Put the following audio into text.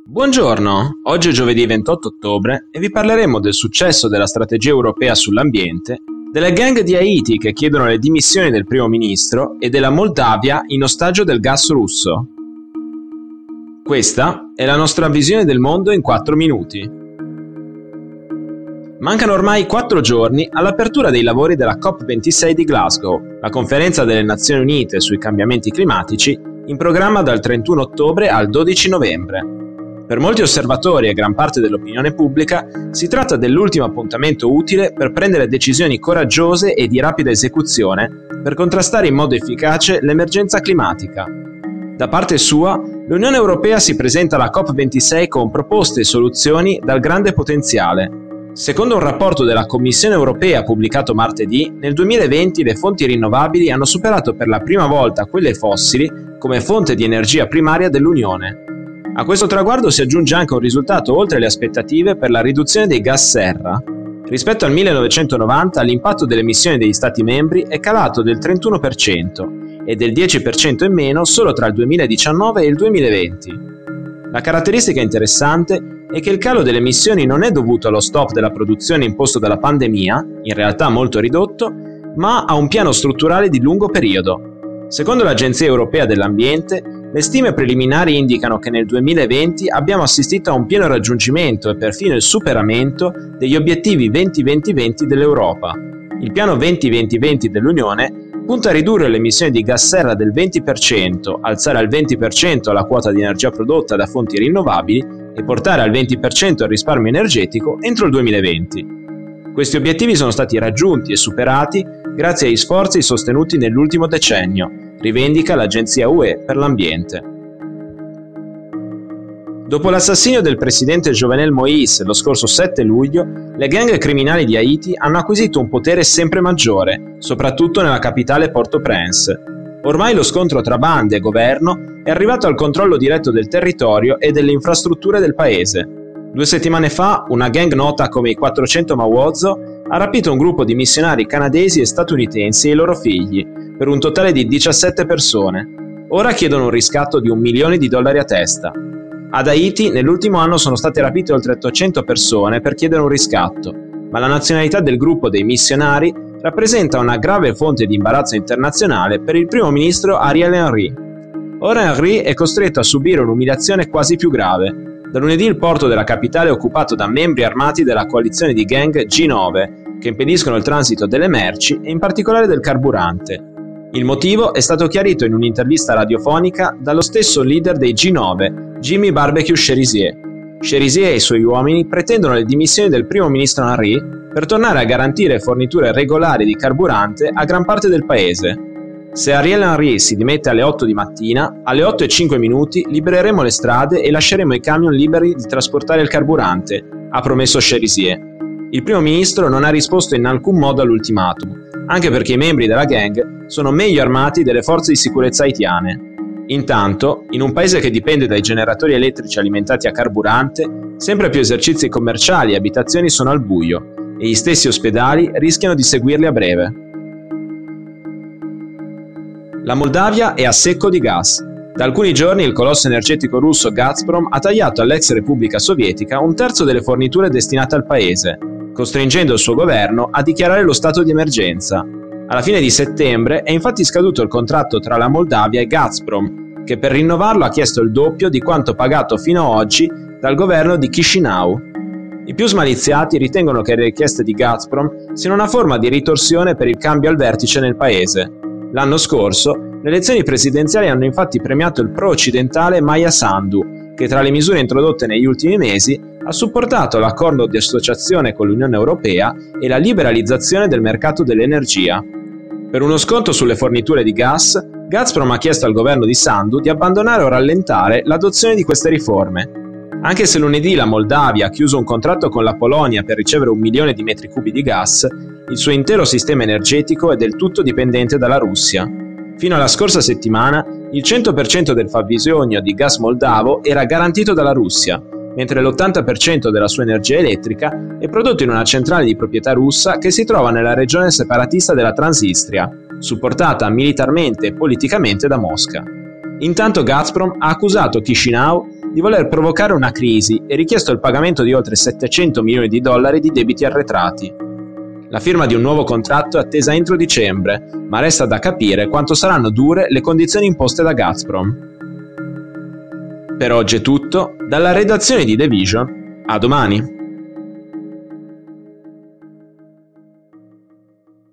Buongiorno, oggi è giovedì 28 ottobre e vi parleremo del successo della strategia europea sull'ambiente, delle gang di Haiti che chiedono le dimissioni del primo ministro e della Moldavia in ostaggio del gas russo. Questa è la nostra visione del mondo in 4 minuti. Mancano ormai 4 giorni all'apertura dei lavori della COP26 di Glasgow, la conferenza delle Nazioni Unite sui cambiamenti climatici, in programma dal 31 ottobre al 12 novembre. Per molti osservatori e gran parte dell'opinione pubblica si tratta dell'ultimo appuntamento utile per prendere decisioni coraggiose e di rapida esecuzione per contrastare in modo efficace l'emergenza climatica. Da parte sua, l'Unione Europea si presenta alla COP26 con proposte e soluzioni dal grande potenziale. Secondo un rapporto della Commissione Europea pubblicato martedì, nel 2020 le fonti rinnovabili hanno superato per la prima volta quelle fossili come fonte di energia primaria dell'Unione. A questo traguardo si aggiunge anche un risultato oltre le aspettative per la riduzione dei gas serra. Rispetto al 1990 l'impatto delle emissioni degli Stati membri è calato del 31% e del 10% in meno solo tra il 2019 e il 2020. La caratteristica interessante è che il calo delle emissioni non è dovuto allo stop della produzione imposto dalla pandemia, in realtà molto ridotto, ma a un piano strutturale di lungo periodo. Secondo l'Agenzia Europea dell'Ambiente, le stime preliminari indicano che nel 2020 abbiamo assistito a un pieno raggiungimento e perfino il superamento degli obiettivi 20-20-20 dell'Europa. Il piano 20-20-20 dell'Unione punta a ridurre le emissioni di gas serra del 20%, alzare al 20% la quota di energia prodotta da fonti rinnovabili e portare al 20% il risparmio energetico entro il 2020. Questi obiettivi sono stati raggiunti e superati grazie agli sforzi sostenuti nell'ultimo decennio, rivendica l'Agenzia UE per l'Ambiente. Dopo l'assassinio del presidente Jovenel Moïse lo scorso 7 luglio, le gang criminali di Haiti hanno acquisito un potere sempre maggiore, soprattutto nella capitale Port-au-Prince. Ormai lo scontro tra bande e governo è arrivato al controllo diretto del territorio e delle infrastrutture del paese. 2 settimane fa, una gang nota come i 400 Mawozo ha rapito un gruppo di missionari canadesi e statunitensi e i loro figli, per un totale di 17 persone. Ora chiedono un riscatto di $1 milione a testa. Ad Haiti nell'ultimo anno sono state rapite oltre 800 persone per chiedere un riscatto, ma la nazionalità del gruppo dei missionari rappresenta una grave fonte di imbarazzo internazionale per il primo ministro Ariel Henry. Ora Henry è costretto a subire un'umiliazione quasi più grave. Da lunedì il porto della capitale è occupato da membri armati della coalizione di gang G9, che impediscono il transito delle merci e in particolare del carburante. Il motivo è stato chiarito in un'intervista radiofonica dallo stesso leader dei G9, Jimmy Barbecue Cherizier. Cherizier e i suoi uomini pretendono le dimissioni del primo ministro Henry per tornare a garantire forniture regolari di carburante a gran parte del paese. Se Ariel Henry si dimette alle 8 di mattina, alle 8:05 libereremo le strade e lasceremo i camion liberi di trasportare il carburante, ha promesso Cherizier. Il primo ministro non ha risposto in alcun modo all'ultimatum, anche perché i membri della gang sono meglio armati delle forze di sicurezza haitiane. Intanto, in un paese che dipende dai generatori elettrici alimentati a carburante, sempre più esercizi commerciali e abitazioni sono al buio e gli stessi ospedali rischiano di seguirli a breve. La Moldavia è a secco di gas. Da alcuni giorni il colosso energetico russo Gazprom ha tagliato all'ex Repubblica Sovietica un terzo delle forniture destinate al paese, costringendo il suo governo a dichiarare lo stato di emergenza. Alla fine di settembre è infatti scaduto il contratto tra la Moldavia e Gazprom, che per rinnovarlo ha chiesto il doppio di quanto pagato fino ad oggi dal governo di Chișinău. I più smaliziati ritengono che le richieste di Gazprom siano una forma di ritorsione per il cambio al vertice nel paese. L'anno scorso, le elezioni presidenziali hanno infatti premiato il pro-occidentale Maia Sandu, che tra le misure introdotte negli ultimi mesi ha supportato l'accordo di associazione con l'Unione Europea e la liberalizzazione del mercato dell'energia. Per uno sconto sulle forniture di gas, Gazprom ha chiesto al governo di Sandu di abbandonare o rallentare l'adozione di queste riforme. Anche se lunedì la Moldavia ha chiuso un contratto con la Polonia per ricevere 1 milione di metri cubi di gas, il suo intero sistema energetico è del tutto dipendente dalla Russia. Fino alla scorsa settimana, il 100% del fabbisogno di gas moldavo era garantito dalla Russia, mentre l'80% della sua energia elettrica è prodotto in una centrale di proprietà russa che si trova nella regione separatista della Transnistria, supportata militarmente e politicamente da Mosca. Intanto Gazprom ha accusato Chișinău di voler provocare una crisi e richiesto il pagamento di oltre 700 milioni di dollari di debiti arretrati. La firma di un nuovo contratto è attesa entro dicembre, ma resta da capire quanto saranno dure le condizioni imposte da Gazprom. Per oggi è tutto, dalla redazione di The Vision, a domani!